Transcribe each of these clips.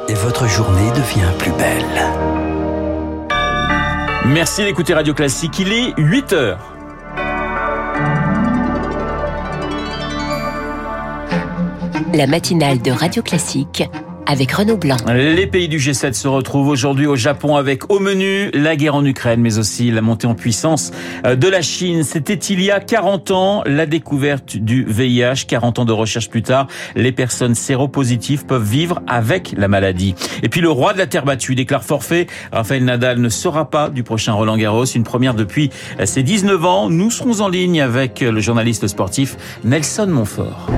et votre journée devient plus belle. Merci d'écouter Radio Classique, il est 8h. La matinale de Radio Classique avec Renaud Blanc. Les pays du G7 se retrouvent aujourd'hui au Japon avec au menu la guerre en Ukraine, mais aussi la montée en puissance de la Chine. C'était il y a 40 ans, la découverte du VIH. 40 ans de recherche plus tard, les personnes séropositives peuvent vivre avec la maladie. Et puis le roi de la terre battue déclare forfait. Rafael Nadal ne sera pas du prochain Roland-Garros. Une première depuis ses 19 ans. Nous serons en ligne avec le journaliste sportif Nelson Montfort.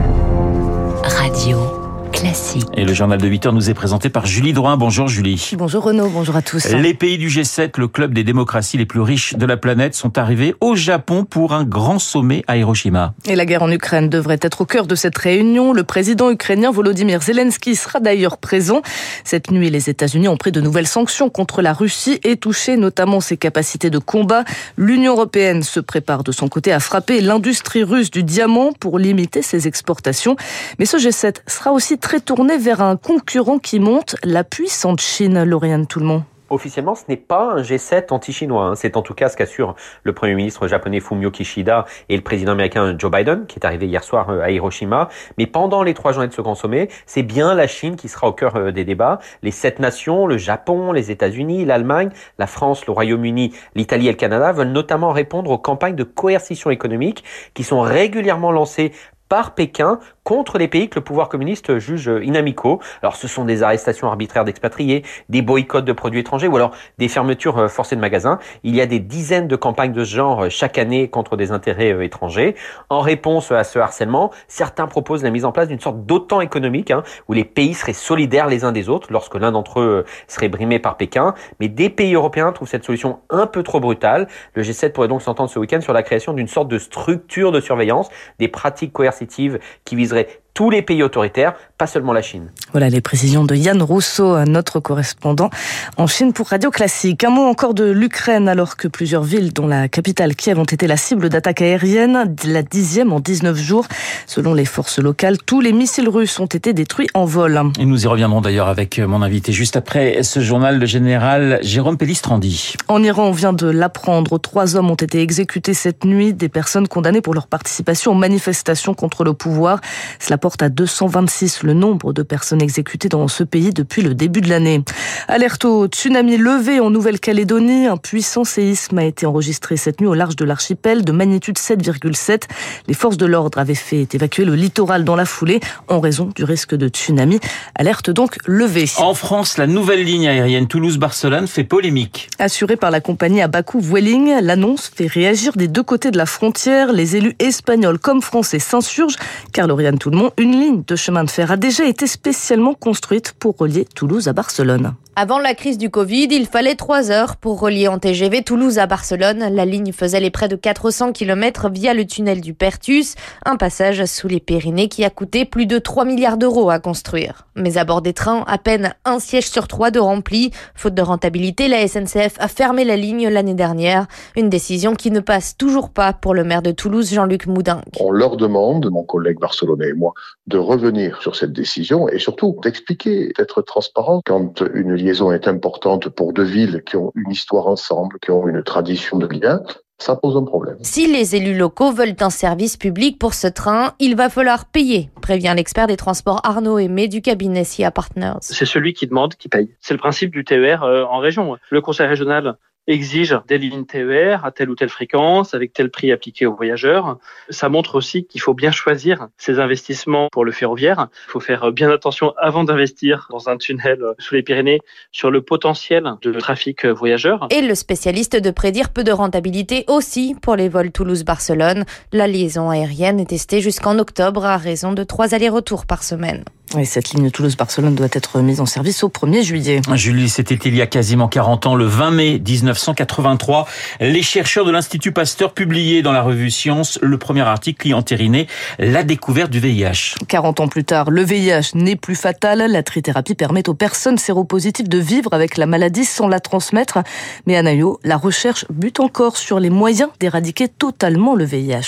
Radio Classique. Et le journal de 8h nous est présenté par Julie Drouin. Bonjour Julie. Bonjour Renaud, bonjour à tous. Les pays du G7, le club des démocraties les plus riches de la planète, sont arrivés au Japon pour un grand sommet à Hiroshima. Et la guerre en Ukraine devrait être au cœur de cette réunion. Le président ukrainien Volodymyr Zelensky sera d'ailleurs présent. Cette nuit, les États-Unis ont pris de nouvelles sanctions contre la Russie et touché notamment ses capacités de combat. L'Union européenne se prépare de son côté à frapper l'industrie russe du diamant pour limiter ses exportations. Mais ce G7 sera aussi très tourné vers un concurrent qui monte, la puissante Chine. Lauriane Toulmont. Officiellement, ce n'est pas un G7 anti-chinois. C'est en tout cas ce qu'assurent le Premier ministre japonais Fumio Kishida et le président américain Joe Biden, qui est arrivé hier soir à Hiroshima. Mais pendant les 3 journées de ce grand sommet, c'est bien la Chine qui sera au cœur des débats. Les 7 nations, le Japon, les États-Unis, l'Allemagne, la France, le Royaume-Uni, l'Italie et le Canada veulent notamment répondre aux campagnes de coercition économique qui sont régulièrement lancées par Pékin contre les pays que le pouvoir communiste juge inamicaux. Alors ce sont des arrestations arbitraires d'expatriés, des boycotts de produits étrangers ou alors des fermetures forcées de magasins. Il y a des dizaines de campagnes de ce genre chaque année contre des intérêts étrangers. En réponse à ce harcèlement, certains proposent la mise en place d'une sorte d'OTAN économique où les pays seraient solidaires les uns des autres lorsque l'un d'entre eux serait brimé par Pékin. Mais des pays européens trouvent cette solution un peu trop brutale. Le G7 pourrait donc s'entendre ce week-end sur la création d'une sorte de structure de surveillance des pratiques coercitives qui viseraient tous les pays autoritaires, pas seulement la Chine. Voilà les précisions de Yann Rousseau, notre correspondant en Chine pour Radio Classique. Un mot encore de l'Ukraine, alors que plusieurs villes, dont la capitale Kiev, ont été la cible d'attaques aériennes, la 10e en 19 jours. Selon les forces locales, tous les missiles russes ont été détruits en vol. Et nous y reviendrons d'ailleurs avec mon invité juste après ce journal, le général Jérôme Pellistrandi. En Iran, on vient de l'apprendre. 3 hommes ont été exécutés cette nuit, des personnes condamnées pour leur participation aux manifestations contre le pouvoir. Cela porte à 226 le nombre de personnes exécutées dans ce pays depuis le début de l'année. Alerte au tsunami levé en Nouvelle-Calédonie. Un puissant séisme a été enregistré cette nuit au large de l'archipel de magnitude 7,7. Les forces de l'ordre avaient fait évacuer le littoral dans la foulée en raison du risque de tsunami. Alerte donc levée. En France, la nouvelle ligne aérienne Toulouse-Barcelone fait polémique. Assurée par la compagnie Abakou Vueling, l'annonce fait réagir des deux côtés de la frontière. Les élus espagnols comme français s'insurgent car Lauriane Toulmont, une ligne de chemin de fer a déjà été spécialement construite pour relier Toulouse à Barcelone. Avant la crise du Covid, il fallait 3 heures pour relier en TGV Toulouse à Barcelone. La ligne faisait les près de 400 km via le tunnel du Pertus, un passage sous les Pyrénées qui a coûté plus de 3 milliards d'euros à construire. Mais à bord des trains, à peine un siège sur 3 de rempli. Faute de rentabilité, la SNCF a fermé la ligne l'année dernière. Une décision qui ne passe toujours pas pour le maire de Toulouse, Jean-Luc Moudingue. On leur demande, mon collègue barcelonais et moi, de revenir sur cette décision et surtout d'expliquer, d'être transparent quand une liaison est importante pour 2 villes qui ont une histoire ensemble, qui ont une tradition de lien. Ça pose un problème. Si les élus locaux veulent un service public pour ce train, il va falloir payer, prévient l'expert des transports Arnaud Aimé du cabinet SIA Partners. C'est celui qui demande qui paye. C'est le principe du TER en région. Le conseil régional exige des lignes TER à telle ou telle fréquence, avec tel prix appliqué aux voyageurs. Ça montre aussi qu'il faut bien choisir ses investissements pour le ferroviaire. Il faut faire bien attention avant d'investir dans un tunnel sous les Pyrénées sur le potentiel de trafic voyageurs. Et le spécialiste de prédire peu de rentabilité aussi pour les vols Toulouse-Barcelone. La liaison aérienne est testée jusqu'en octobre à raison de 3 allers-retours par semaine. Et cette ligne Toulouse-Barcelone doit être mise en service au 1er juillet. Julie, c'était il y a quasiment 40 ans, le 20 mai 1983. Les chercheurs de l'Institut Pasteur publiaient dans la revue Science le premier article qui entérinait la découverte du VIH. 40 ans plus tard, le VIH n'est plus fatal. La trithérapie permet aux personnes séropositives de vivre avec la maladie sans la transmettre. Mais à Naïo, la recherche bute encore sur les moyens d'éradiquer totalement le VIH.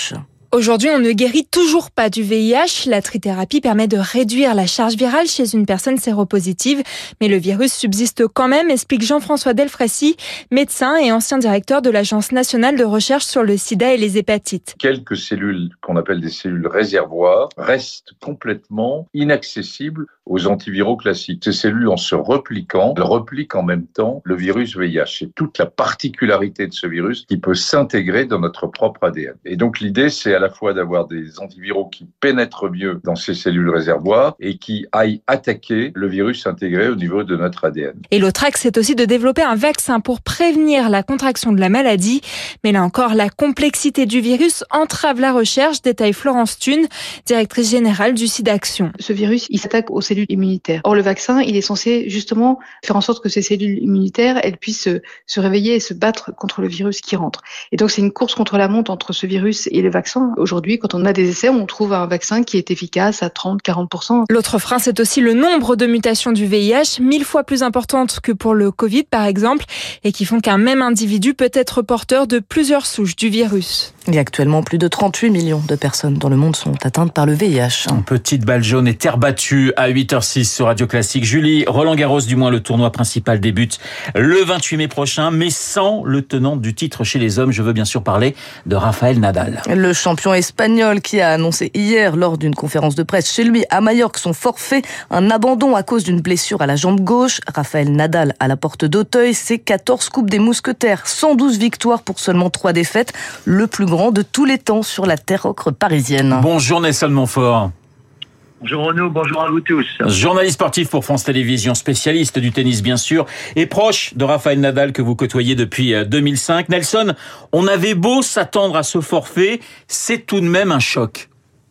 Aujourd'hui, on ne guérit toujours pas du VIH. La trithérapie permet de réduire la charge virale chez une personne séropositive. Mais le virus subsiste quand même, explique Jean-François Delfraissy, médecin et ancien directeur de l'Agence nationale de recherche sur le sida et les hépatites. Quelques cellules qu'on appelle des cellules réservoirs restent complètement inaccessibles aux antiviraux classiques. Ces cellules, en se repliquant, elles repliquent en même temps le virus VIH. C'est toute la particularité de ce virus qui peut s'intégrer dans notre propre ADN. Et donc l'idée, c'est à la fois d'avoir des antiviraux qui pénètrent mieux dans ces cellules réservoirs et qui aillent attaquer le virus intégré au niveau de notre ADN. Et l'autre axe, c'est aussi de développer un vaccin pour prévenir la contraction de la maladie. Mais là encore, la complexité du virus entrave la recherche, détaille Florence Thune, directrice générale du SIDAction. Ce virus, il s'attaque aux cellules immunitaires. Or, le vaccin, il est censé justement faire en sorte que ces cellules immunitaires, elles puissent se réveiller et se battre contre le virus qui rentre. Et donc, c'est une course contre la montre entre ce virus et le vaccin. Aujourd'hui, quand on a des essais, on trouve un vaccin qui est efficace à 30-40%. L'autre frein, c'est aussi le nombre de mutations du VIH, 1000 fois plus importantes que pour le Covid, par exemple, et qui font qu'un même individu peut être porteur de plusieurs souches du virus. Il y a actuellement plus de 38 millions de personnes dans le monde sont atteintes par le VIH. Une petite balle jaune et terre battue à 8h06 sur Radio Classique. Julie, Roland-Garros, du moins le tournoi principal débute le 28 mai prochain, mais sans le tenant du titre chez les hommes. Je veux bien sûr parler de Rafael Nadal. Le champion espagnol qui a annoncé hier lors d'une conférence de presse chez lui à Majorque son forfait, un abandon à cause d'une blessure à la jambe gauche. Rafael Nadal à la porte d'Auteuil, c'est 14 coupes des mousquetaires, 112 victoires pour seulement 3 défaites. Le plus grand de tous les temps sur la terre ocre parisienne. Bonjour Nelson Montfort. Bonjour Renaud, bonjour à vous tous. Journaliste sportif pour France Télévisions, spécialiste du tennis bien sûr, et proche de Rafael Nadal que vous côtoyez depuis 2005. Nelson, on avait beau s'attendre à ce forfait, c'est tout de même un choc.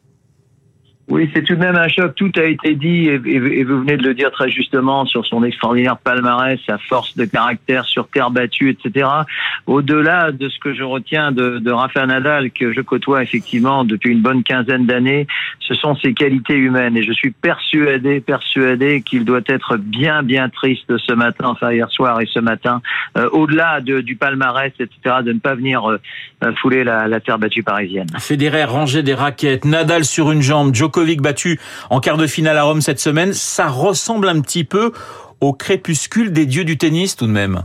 Oui, c'est tout de même un choc. Tout a été dit et vous venez de le dire très justement sur son extraordinaire palmarès, sa force de caractère sur terre battue, etc. Au-delà de ce que je retiens de Rafael Nadal, que je côtoie effectivement depuis une bonne quinzaine d'années, ce sont ses qualités humaines. Et je suis persuadé qu'il doit être bien triste ce matin, enfin hier soir et ce matin, au-delà du palmarès, etc., de ne pas venir fouler la terre battue parisienne. Federer rangeait des raquettes, Nadal sur une jambe, Djokovic battu en quart de finale à Rome cette semaine. Ça ressemble un petit peu au crépuscule des dieux du tennis tout de même.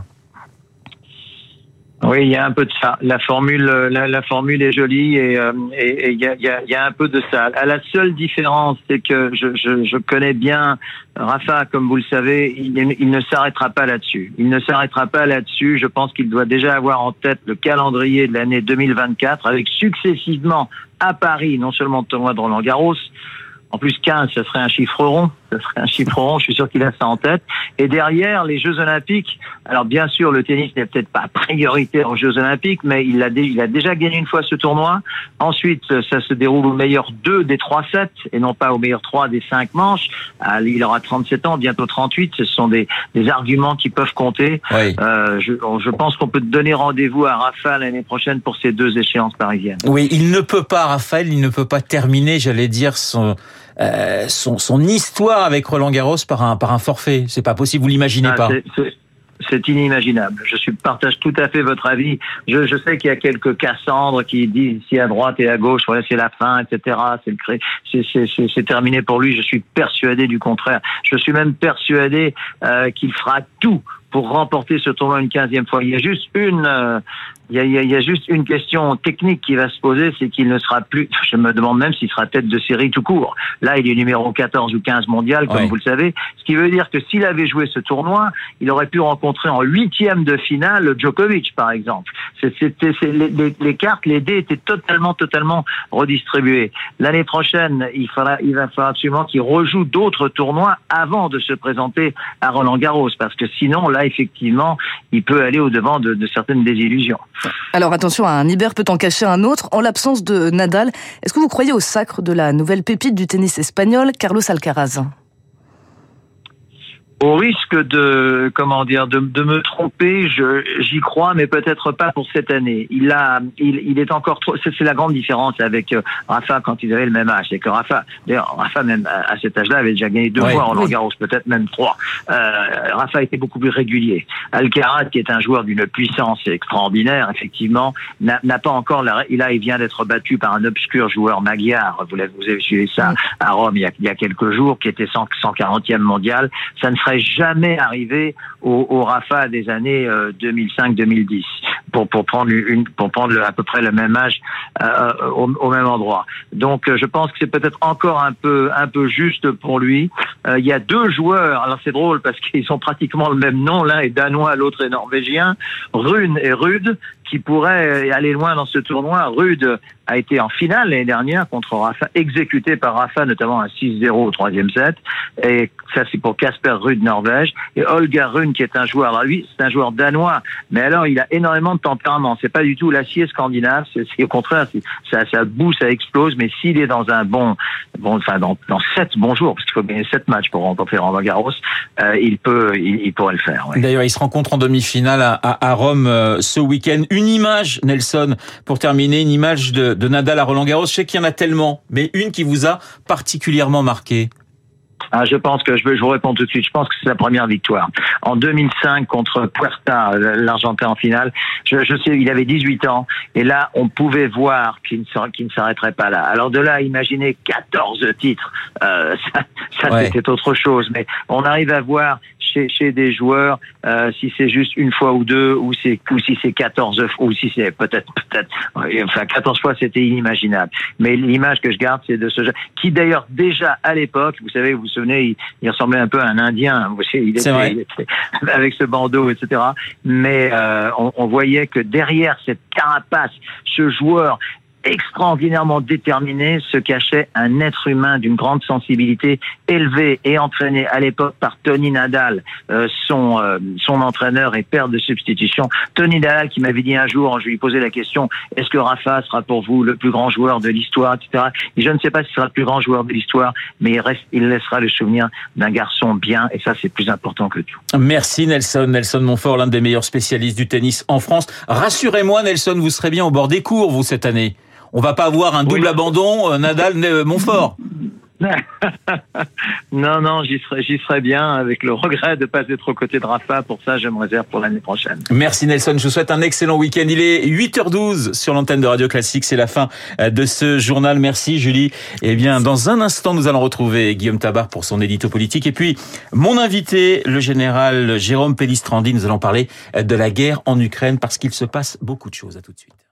Oui, il y a un peu de ça. La formule est jolie et il y a un peu de ça. La seule différence, c'est que je connais bien Rafa, comme vous le savez, il ne s'arrêtera pas là-dessus. Il ne s'arrêtera pas là-dessus. Je pense qu'il doit déjà avoir en tête le calendrier de l'année 2024 avec successivement à Paris, non seulement le tournoi de Roland-Garros, en plus 15, ça serait un chiffre rond. Je suis sûr qu'il a ça en tête. Et derrière, les Jeux Olympiques. Alors bien sûr, le tennis n'est peut-être pas prioritaire aux Jeux Olympiques, mais il a déjà gagné une fois ce tournoi. Ensuite, ça se déroule au meilleur 2 des 3 sets, et non pas au meilleur 3 des 5 manches. Il aura 37 ans, bientôt 38. Ce sont des arguments qui peuvent compter. Oui. Je pense qu'on peut donner rendez-vous à Rafa l'année prochaine pour ces 2 échéances parisiennes. Oui, il ne peut pas terminer, j'allais dire, son histoire avec Roland-Garros par un forfait. C'est pas possible, vous l'imaginez pas. C'est inimaginable. Je partage tout à fait votre avis. Je sais qu'il y a quelques Cassandres qui disent ici à droite et à gauche, voilà, c'est la fin, etc. C'est terminé pour lui. Je suis persuadé du contraire. Je suis même persuadé qu'il fera tout pour remporter ce tournoi une 15e fois. Il y a juste une question technique qui va se poser, c'est qu'il ne sera plus, je me demande même s'il sera tête de série tout court. Là, il est numéro 14 ou 15 mondial, comme vous le savez. Ce qui veut dire que s'il avait joué ce tournoi, il aurait pu rencontrer en 8e de finale Djokovic, par exemple. Les cartes, les dés étaient totalement redistribués. L'année prochaine, il va falloir absolument qu'il rejoue d'autres tournois avant de se présenter à Roland-Garros, parce que sinon, là, effectivement, il peut aller au-devant de certaines désillusions. Alors attention, un Iber peut en cacher un autre. En l'absence de Nadal, est-ce que vous croyez au sacre de la nouvelle pépite du tennis espagnol, Carlos Alcaraz ? Au risque de me tromper, j'y crois, mais peut-être pas pour cette année. Il est encore trop. C'est la grande différence avec Rafa quand ils avaient le même âge. C'est que Rafa même à cet âge-là avait déjà gagné 2 fois Roland-Garros, peut-être même 3. Rafa était beaucoup plus régulier. Alcaraz, qui est un joueur d'une puissance extraordinaire, effectivement, n'a pas encore il vient d'être battu par un obscur joueur magyar. Vous avez suivi ça à Rome il y a quelques jours, qui était 140e mondial. Ça ne serait jamais arrivé au Rafa des années 2005-2010 pour prendre à peu près le même âge au même endroit. Donc je pense que c'est peut-être encore un peu juste pour lui. Il y a 2 joueurs, alors c'est drôle parce qu'ils ont pratiquement le même nom, l'un est danois, l'autre est norvégien, Rune et Ruud, qui pourraient aller loin dans ce tournoi. Ruud a été en finale l'année dernière contre Rafa, exécuté par Rafa, notamment un 6-0 au 3e set. Et ça, c'est pour Casper Ruud, Norvège. Et Holger Rune, qui est un joueur, alors lui, c'est un joueur danois, mais alors il a énormément de tempérament. C'est pas du tout l'acier scandinave, c'est au contraire, ça boue, ça explose, mais s'il est dans un dans 7 bons jours, parce qu'il faut gagner 7 matchs pour remporter Roland-Garros, il pourrait le faire. Ouais. D'ailleurs, ils se rencontrent en demi-finale à Rome ce week-end. Une image, Nelson, pour terminer, une image de Nadal à Roland-Garros. Je sais qu'il y en a tellement, mais une qui vous a particulièrement marqué. Je pense que je vous réponds tout de suite. Je pense que c'est la première victoire. En 2005 contre Puerta, l'Argentin en finale. Je sais, il avait 18 ans. Et là, on pouvait voir qu'il ne s'arrêterait pas là. Alors de là à imaginer 14 titres, c'était autre chose. Mais on arrive à voir chez des joueurs, si c'est juste une fois ou 2, ou si c'est 14 fois, ou si c'est peut-être, 14 fois, c'était inimaginable. Mais l'image que je garde, c'est de ce jeu, qui d'ailleurs, déjà à l'époque, vous vous souvenez, il ressemblait un peu à un Indien. Il était avec ce bandeau, etc. Mais on voyait que derrière cette carapace, ce joueur extraordinairement déterminé se cachait un être humain d'une grande sensibilité, élevé et entraîné à l'époque par Tony Nadal, son entraîneur et père de substitution. Tony Nadal qui m'avait dit un jour, je lui posais la question, est-ce que Rafa sera pour vous le plus grand joueur de l'histoire, etc. Et je ne sais pas s'il sera le plus grand joueur de l'histoire, mais il laissera le souvenir d'un garçon bien, et ça c'est plus important que tout. Merci Nelson Montfort, l'un des meilleurs spécialistes du tennis en France. Rassurez-moi Nelson, vous serez bien au bord des cours vous cette année. On va pas avoir un double abandon Nadal-Montfort. Non, j'y serai bien, avec le regret de ne pas être aux côtés de Rafa. Pour ça, je me réserve pour l'année prochaine. Merci Nelson, je vous souhaite un excellent week-end. Il est 8h12 sur l'antenne de Radio Classique. C'est la fin de ce journal. Merci Julie. Eh bien, dans un instant, nous allons retrouver Guillaume Tabar pour son édito politique. Et puis, mon invité, le général Jérôme Pellistrandi. Nous allons parler de la guerre en Ukraine parce qu'il se passe beaucoup de choses. À tout de suite.